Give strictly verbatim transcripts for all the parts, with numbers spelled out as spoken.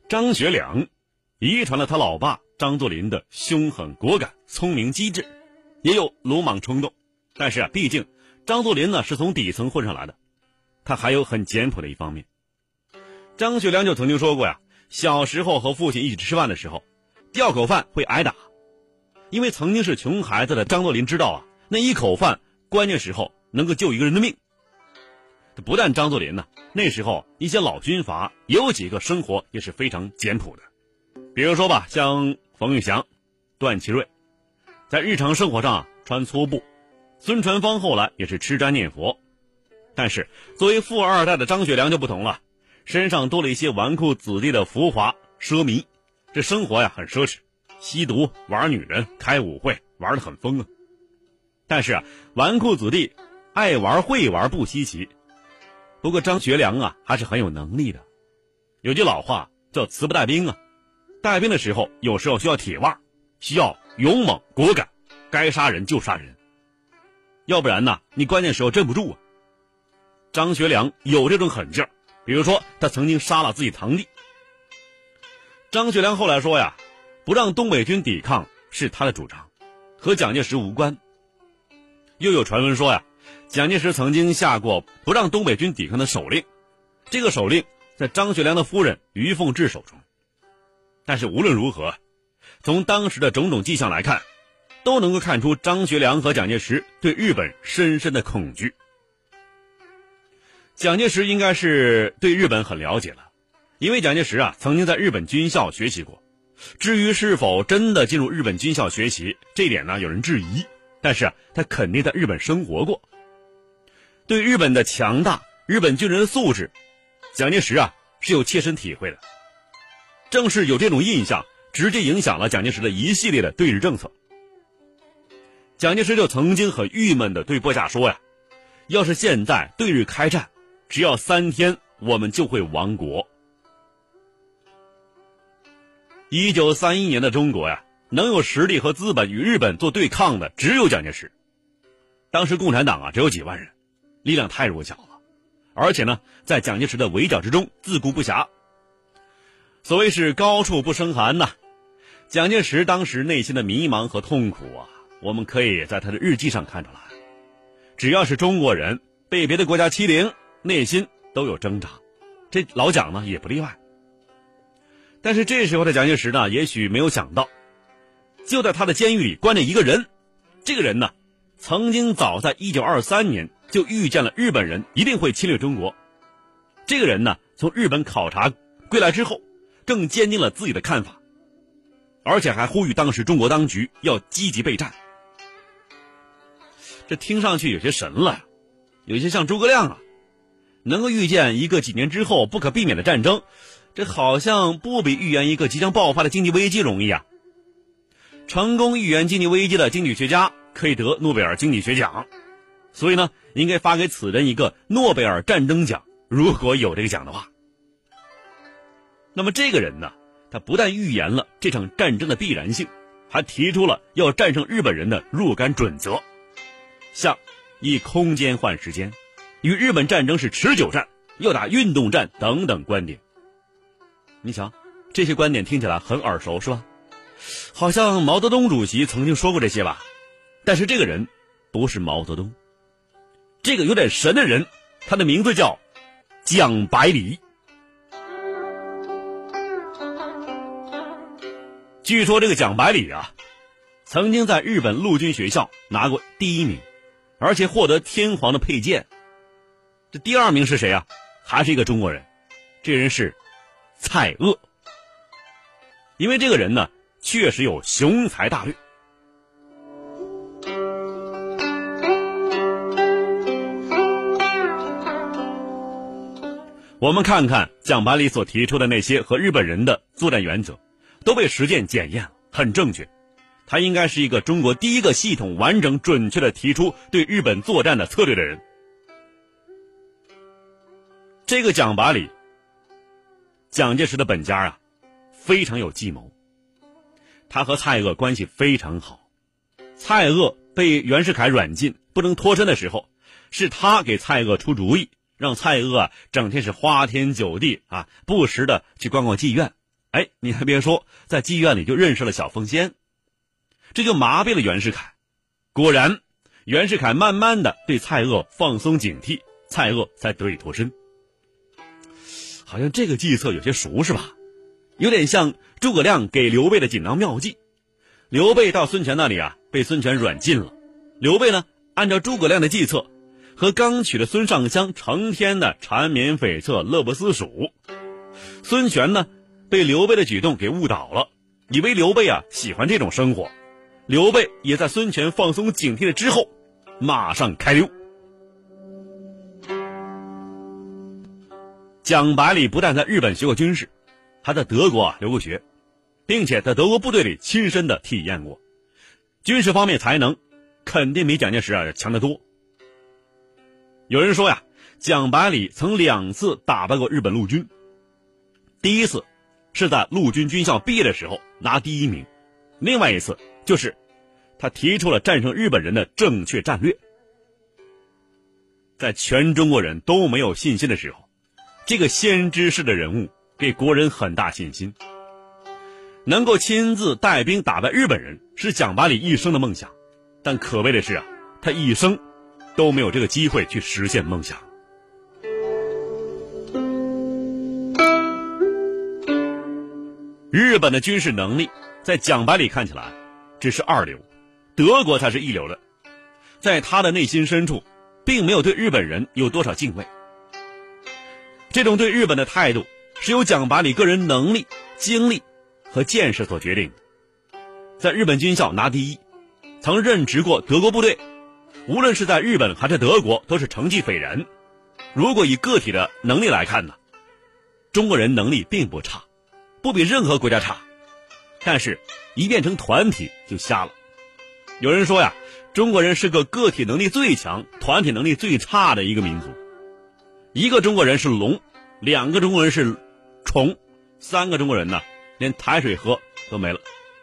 张学良遗传了他老爸张作霖的凶狠果敢、聪明机智，也有鲁莽冲动。但是啊，毕竟张作霖呢是从底层混上来的，他还有很简朴的一方面。张学良就曾经说过呀，小时候和父亲一起吃饭的时候，掉口饭会挨打。因为曾经是穷孩子的张作霖知道啊，那一口饭关键时候能够救一个人的命。不但张作霖呢，那时候一些老军阀也有几个生活也是非常简朴的。比如说吧，像冯玉祥、段祺瑞，在日常生活上啊穿粗布。孙传芳后来也是吃斋念佛。但是作为富二代的张学良就不同了，身上多了一些纨绔子弟的浮华奢靡，这生活呀很奢侈，吸毒、玩女人、开舞会，玩得很疯啊。但是啊，纨绔子弟爱玩会玩不稀奇，不过张学良啊还是很有能力的。有句老话叫词不带兵啊，带兵的时候有时候需要铁腕，需要勇猛果敢，该杀人就杀人，要不然呢你关键时候镇不住啊。张学良有这种狠劲儿，比如说他曾经杀了自己堂弟。张学良后来说呀，不让东北军抵抗是他的主张，和蒋介石无关。又有传闻说呀，蒋介石曾经下过不让东北军抵抗的手令，这个手令在张学良的夫人于凤至手中。但是无论如何，从当时的种种迹象来看，都能够看出张学良和蒋介石对日本深深的恐惧。蒋介石应该是对日本很了解了，因为蒋介石啊曾经在日本军校学习过。至于是否真的进入日本军校学习，这一点呢有人质疑，但是啊他肯定在日本生活过。对日本的强大，日本军人的素质，蒋介石啊是有切身体会的。正是有这种印象，直接影响了蒋介石的一系列的对日政策。蒋介石就曾经很郁闷地对部下说呀，要是现在对日开战，只要三天我们就会亡国。一九三一年的中国呀，能有实力和资本与日本做对抗的只有蒋介石。当时共产党啊只有几万人，力量太弱小了，而且呢在蒋介石的围剿之中自顾不暇。所谓是高处不胜寒呐，蒋介石当时内心的迷茫和痛苦啊，我们可以在他的日记上看出来。只要是中国人被别的国家欺凌，内心都有挣扎，这老蒋呢也不例外。但是这时候的蒋介石呢，也许没有想到，就在他的监狱里关着一个人，这个人呢曾经早在一九二三年就预见了日本人一定会侵略中国。这个人呢从日本考察归来之后，更坚定了自己的看法，而且还呼吁当时中国当局要积极备战。这听上去有些神了，有些像诸葛亮啊，能够预见一个几年之后不可避免的战争，这好像不比预言一个即将爆发的经济危机容易啊。成功预言经济危机的经济学家可以得诺贝尔经济学奖，所以呢应该发给此人一个诺贝尔战争奖，如果有这个奖的话。那么这个人呢，他不但预言了这场战争的必然性，还提出了要战胜日本人的若干准则，像以空间换时间，与日本战争是持久战，要打运动战等等观点。你想，这些观点听起来很耳熟是吧？好像毛泽东主席曾经说过这些吧。但是这个人不是毛泽东，这个有点神的人，他的名字叫蒋百里。据说这个蒋百里啊，曾经在日本陆军学校拿过第一名，而且获得天皇的佩剑。这第二名是谁啊？还是一个中国人，这人是蔡锷。因为这个人呢确实有雄才大略。我们看看蒋百里所提出的那些和日本人的作战原则，都被实践检验了，很正确。他应该是一个中国第一个系统完整准确的提出对日本作战的策略的人。这个蒋百里，蒋介石的本家啊非常有计谋，他和蔡锷关系非常好。蔡锷被袁世凯软禁不能脱身的时候，是他给蔡锷出主意，让蔡锷啊整天是花天酒地啊，不时的去逛逛妓院， 哎，你还别说，在妓院里就认识了小凤仙，这就麻痹了袁世凯。果然，袁世凯慢慢的对蔡锷放松警惕，蔡锷才得以脱身。好像这个计策有些熟是吧？有点像诸葛亮给刘备的锦囊妙计。刘备到孙权那里啊，被孙权软禁了。刘备呢，按照诸葛亮的计策，和刚娶的孙尚香成天的缠绵悱恻，乐不思蜀。孙权呢，被刘备的举动给误导了，以为刘备啊喜欢这种生活。刘备也在孙权放松警惕了之后，马上开溜。蒋百里不但在日本学过军事，还在德国啊留过学，并且在德国部队里亲身的体验过，军事方面才能肯定比蒋介石啊强得多。有人说呀，蒋百里曾两次打败过日本陆军，第一次是在陆军军校毕业的时候拿第一名，另外一次就是他提出了战胜日本人的正确战略。在全中国人都没有信心的时候，这个先知式的人物给国人很大信心。能够亲自带兵打败日本人是蒋百里一生的梦想，但可悲的是啊，他一生都没有这个机会去实现梦想。日本的军事能力在蒋百里看起来只是二流，德国才是一流的。在他的内心深处并没有对日本人有多少敬畏。这种对日本的态度是由蒋百里个人能力、经历和见识所决定的。在日本军校拿第一，曾任职过德国部队，无论是在日本还是德国都是成绩斐然。如果以个体的能力来看呢，中国人能力并不差，不比任何国家差，但是一变成团体就瞎了。有人说呀，中国人是个个体能力最强、团体能力最差的一个民族。一个中国人是龙，两个中国人是虫，三个中国人呢，连抬水喝都没了。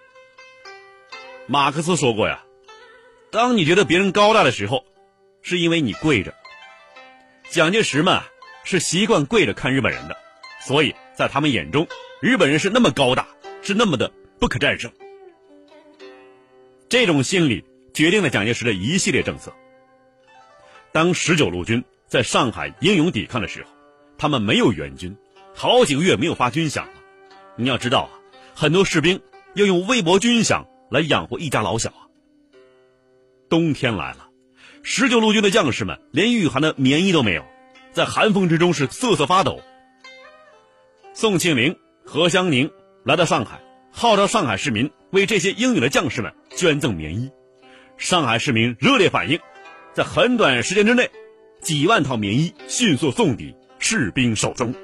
马克思说过呀，当你觉得别人高大的时候，是因为你跪着。蒋介石们是习惯跪着看日本人的，所以在他们眼中，日本人是那么高大，是那么的不可战胜。这种心理决定了蒋介石的一系列政策。当十九路军在上海英勇抵抗的时候，他们没有援军，好几个月没有发军饷了。你要知道啊，很多士兵要用微薄军饷来养活一家老小啊。冬天来了，十九路军的将士们连御寒的棉衣都没有，在寒风之中是瑟瑟发抖。宋庆龄、何香凝来到上海，号召上海市民为这些英勇的将士们捐赠棉衣。上海市民热烈反应，在很短时间之内，几万套棉衣迅速送抵士兵手中。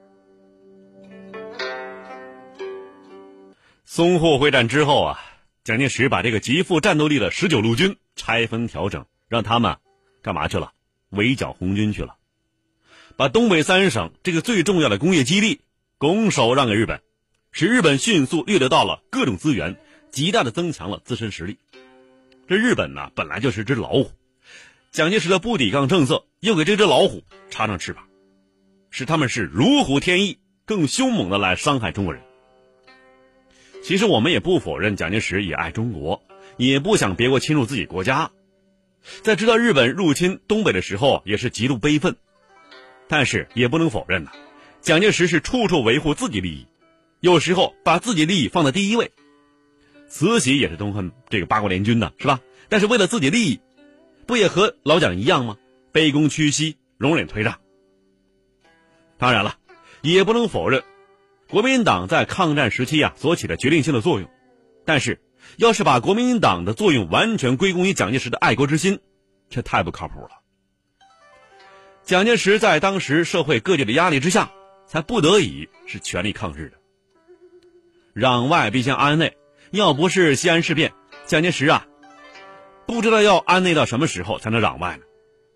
淞沪会战之后啊，蒋介石把这个极富战斗力的十九路军拆分调整，让他们干嘛去了？围剿红军去了，把东北三省这个最重要的工业基地拱手让给日本，使日本迅速掠得到了各种资源，极大的增强了自身实力。这日本呢，本来就是只老虎，蒋介石的不抵抗政策又给这只老虎插上翅膀，使他们是如虎添翼，更凶猛的来伤害中国人。其实我们也不否认蒋介石也爱中国，也不想别国侵入自己国家，在知道日本入侵东北的时候也是极度悲愤。但是也不能否认呐，蒋介石是处处维护自己利益，有时候把自己利益放在第一位。慈禧也是痛恨这个八国联军的，是吧？但是为了自己利益，不也和老蒋一样吗？卑躬屈膝，容忍退让。当然了，也不能否认国民党在抗战时期啊所起的决定性的作用。但是要是把国民党的作用完全归功于蒋介石的爱国之心，这太不靠谱了。蒋介石在当时社会各界的压力之下，才不得已是全力抗日的。攘外必先安内，要不是西安事变，蒋介石啊不知道要安内到什么时候才能攘外呢。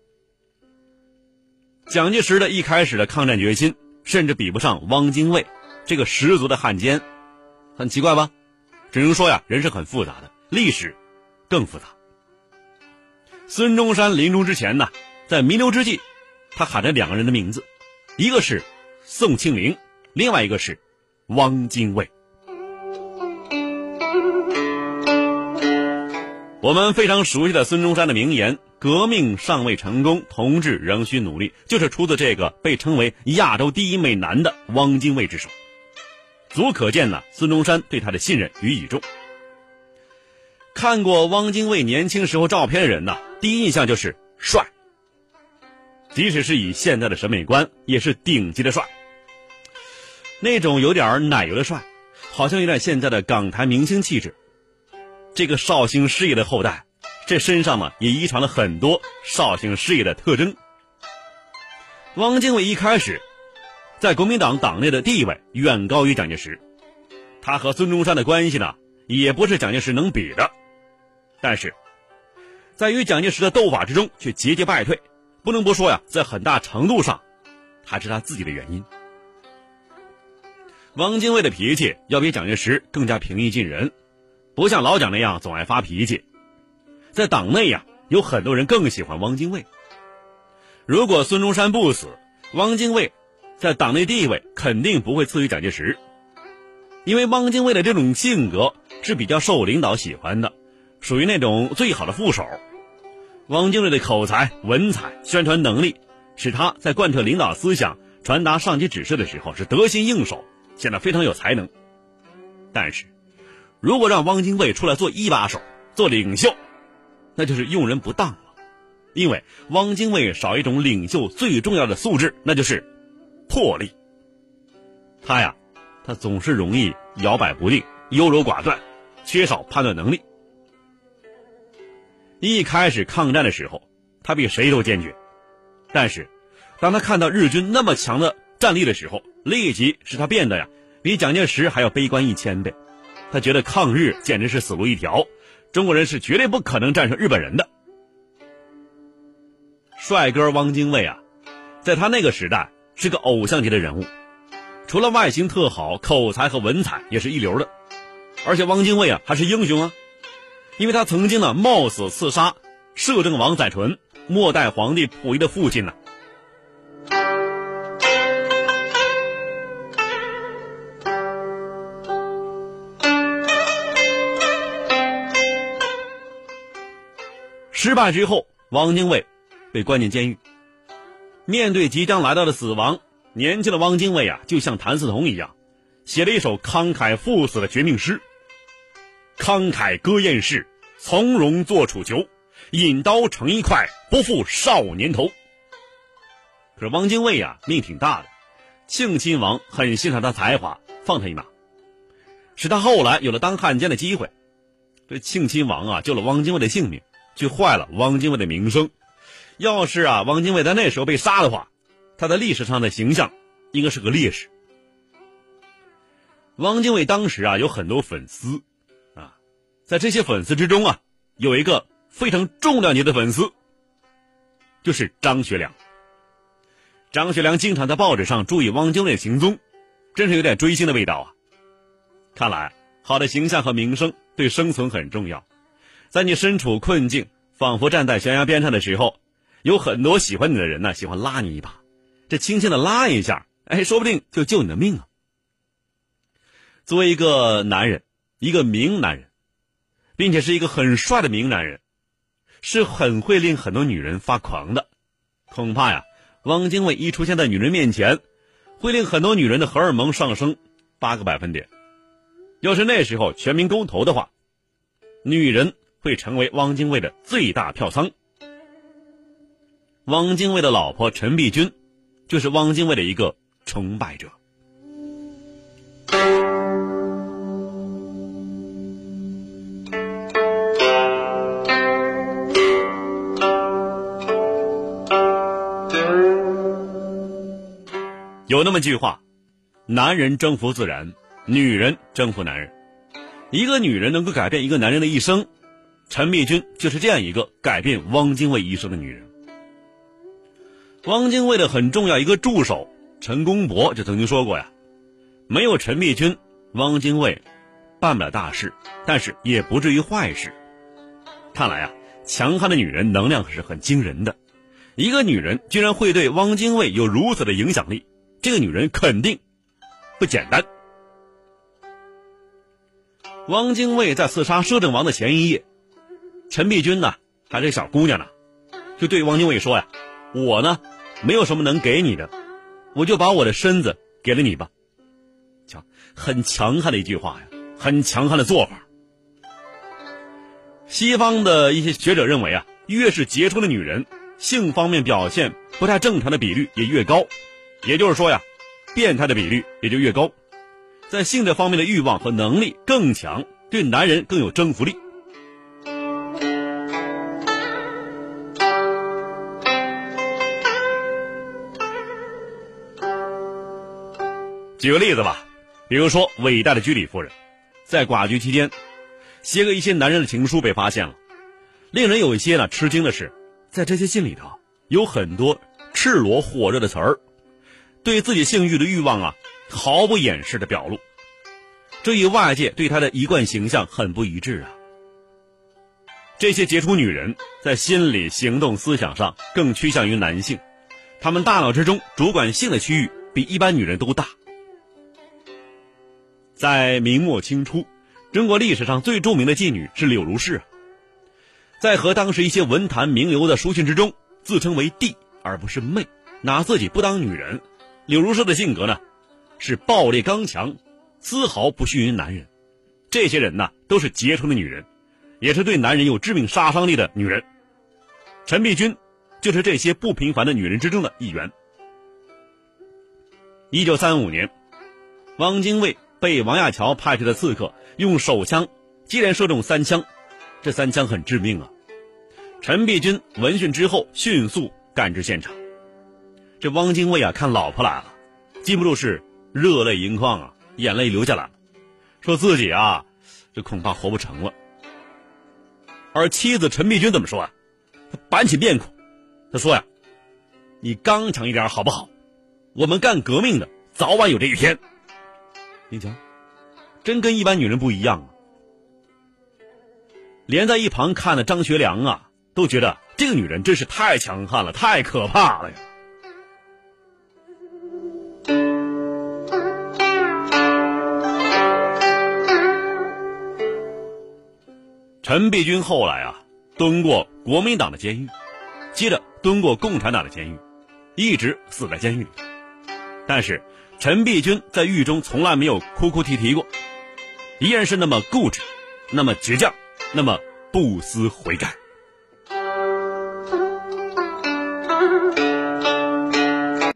蒋介石的一开始的抗战决心甚至比不上汪精卫这个十足的汉奸，很奇怪吧？只能说呀，人是很复杂的，历史更复杂。孙中山临终之前呢，在弥留之际，他喊着两个人的名字，一个是宋庆龄，另外一个是汪精卫。我们非常熟悉的孙中山的名言，革命尚未成功，同志仍需努力，就是出自这个被称为亚洲第一美男的汪精卫之手，足可见呢孙中山对他的信任与倚重。看过汪精卫年轻时候照片的人呢，第一印象就是帅，即使是以现在的审美观，也是顶级的帅，那种有点奶油的帅，好像有点现在的港台明星气质。这个绍兴师爷的后代，这身上呢也遗传了很多绍兴师爷的特征。汪精卫一开始在国民党党内的地位远高于蒋介石，他和孙中山的关系呢也不是蒋介石能比的，但是在与蒋介石的斗法之中却节节败退，不能不说呀，在很大程度上还是他自己的原因。汪精卫的脾气要比蒋介石更加平易近人，不像老蒋那样总爱发脾气。在党内呀，有很多人更喜欢汪精卫。如果孙中山不死，汪精卫在党内地位肯定不会次于蒋介石，因为汪精卫的这种性格是比较受领导喜欢的，属于那种最好的副手。汪精卫的口才、文采、宣传能力，使他在贯彻领导思想、传达上级指示的时候是得心应手，显得非常有才能。但是如果让汪精卫出来做一把手、做领袖，那就是用人不当了。因为汪精卫少一种领袖最重要的素质，那就是魄力。他呀，他总是容易摇摆不定、优柔寡断，缺少判断能力。一开始抗战的时候，他比谁都坚决，但是当他看到日军那么强的战力的时候，立即使他变得呀比蒋介石还要悲观一千倍。他觉得抗日简直是死路一条，中国人是绝对不可能战胜日本人的。帅哥汪精卫啊，在他那个时代是个偶像级的人物，除了外形特好，口才和文采也是一流的。而且汪精卫啊还是英雄啊，因为他曾经呢冒死刺杀摄政王载淳，末代皇帝溥仪的父亲呢。失败之后，汪精卫被关进监狱。面对即将来到的死亡，年轻的汪精卫啊，就像谭嗣同一样，写了一首慷慨赴死的绝命诗：慷慨歌燕市，从容作楚囚，引刀成一块，不负少年头。可是汪精卫啊，命挺大的，庆亲王很欣赏他才华，放他一马，使他后来有了当汉奸的机会。这庆亲王啊，救了汪精卫的性命，却坏了汪精卫的名声。要是啊汪精卫在那时候被杀的话，他在历史上的形象应该是个烈士。汪精卫当时啊有很多粉丝啊，在这些粉丝之中啊，有一个非常重量级的粉丝，就是张学良。张学良经常在报纸上注意汪精卫的行踪，真是有点追星的味道啊。看来好的形象和名声对生存很重要，在你身处困境，仿佛站在悬崖边上的时候，有很多喜欢你的人呢，喜欢拉你一把，这轻轻的拉一下，哎，说不定就救你的命啊。作为一个男人，一个名男人，并且是一个很帅的名男人，是很会令很多女人发狂的。恐怕呀，汪精卫一出现在女人面前，会令很多女人的荷尔蒙上升八个百分点。要是那时候全民公投的话，女人会成为汪精卫的最大票仓。汪精卫的老婆陈璧君就是汪精卫的一个崇拜者。有那么句话，男人征服自然，女人征服男人。一个女人能够改变一个男人的一生，陈璧君就是这样一个改变汪精卫一生的女人。汪精卫的很重要一个助手陈公博就曾经说过呀，没有陈璧君，汪精卫办不了大事，但是也不至于坏事。看来啊，强悍的女人能量是很惊人的。一个女人居然会对汪精卫有如此的影响力，这个女人肯定不简单。 汪精卫在刺杀摄政王的前一夜，陈璧君呢还是小姑娘呢，就对汪精卫说呀，我呢没有什么能给你的，我就把我的身子给了你吧。瞧，很强悍的一句话呀，很强悍的做法。西方的一些学者认为啊，越是杰出的女人，性方面表现不太正常的比率也越高，也就是说呀，变态的比率也就越高，在性这方面的欲望和能力更强，对男人更有征服力。举个例子吧，比如说伟大的居里夫人，在寡居期间写给一些男人的情书被发现了。令人有一些呢吃惊的是，在这些信里头有很多赤裸火热的词儿，对自己性欲的欲望啊毫不掩饰的表露，这与外界对她的一贯形象很不一致啊。这些杰出女人在心理、行动、思想上更趋向于男性，她们大脑之中主管性的区域比一般女人都大。在明末清初，中国历史上最著名的妓女是柳如是，在和当时一些文坛名流的书信之中，自称为帝而不是妹，拿自己不当女人。柳如是的性格呢，是暴烈刚强，丝毫不逊于男人。这些人呢，都是杰出的女人，也是对男人有致命杀伤力的女人。陈璧君就是这些不平凡的女人之中的一员。一九三五年，汪精卫被王亚樵派去的刺客用手枪接连射中三枪，这三枪很致命啊。陈璧君闻讯之后迅速赶至现场。这汪精卫啊看老婆来了，禁不住是热泪盈眶啊，眼泪流下来了，说自己啊这恐怕活不成了。而妻子陈璧君怎么说啊？他板起面孔，他说呀，你刚强一点好不好？我们干革命的早晚有这一天。你瞧，真跟一般女人不一样啊。连在一旁看的张学良啊都觉得这个女人真是太强悍了，太可怕了呀。陈璧君后来啊蹲过国民党的监狱，接着蹲过共产党的监狱，一直死在监狱里。但是陈璧君在狱中从来没有哭哭啼啼过，依然是那么固执，那么倔强，那么不思悔改。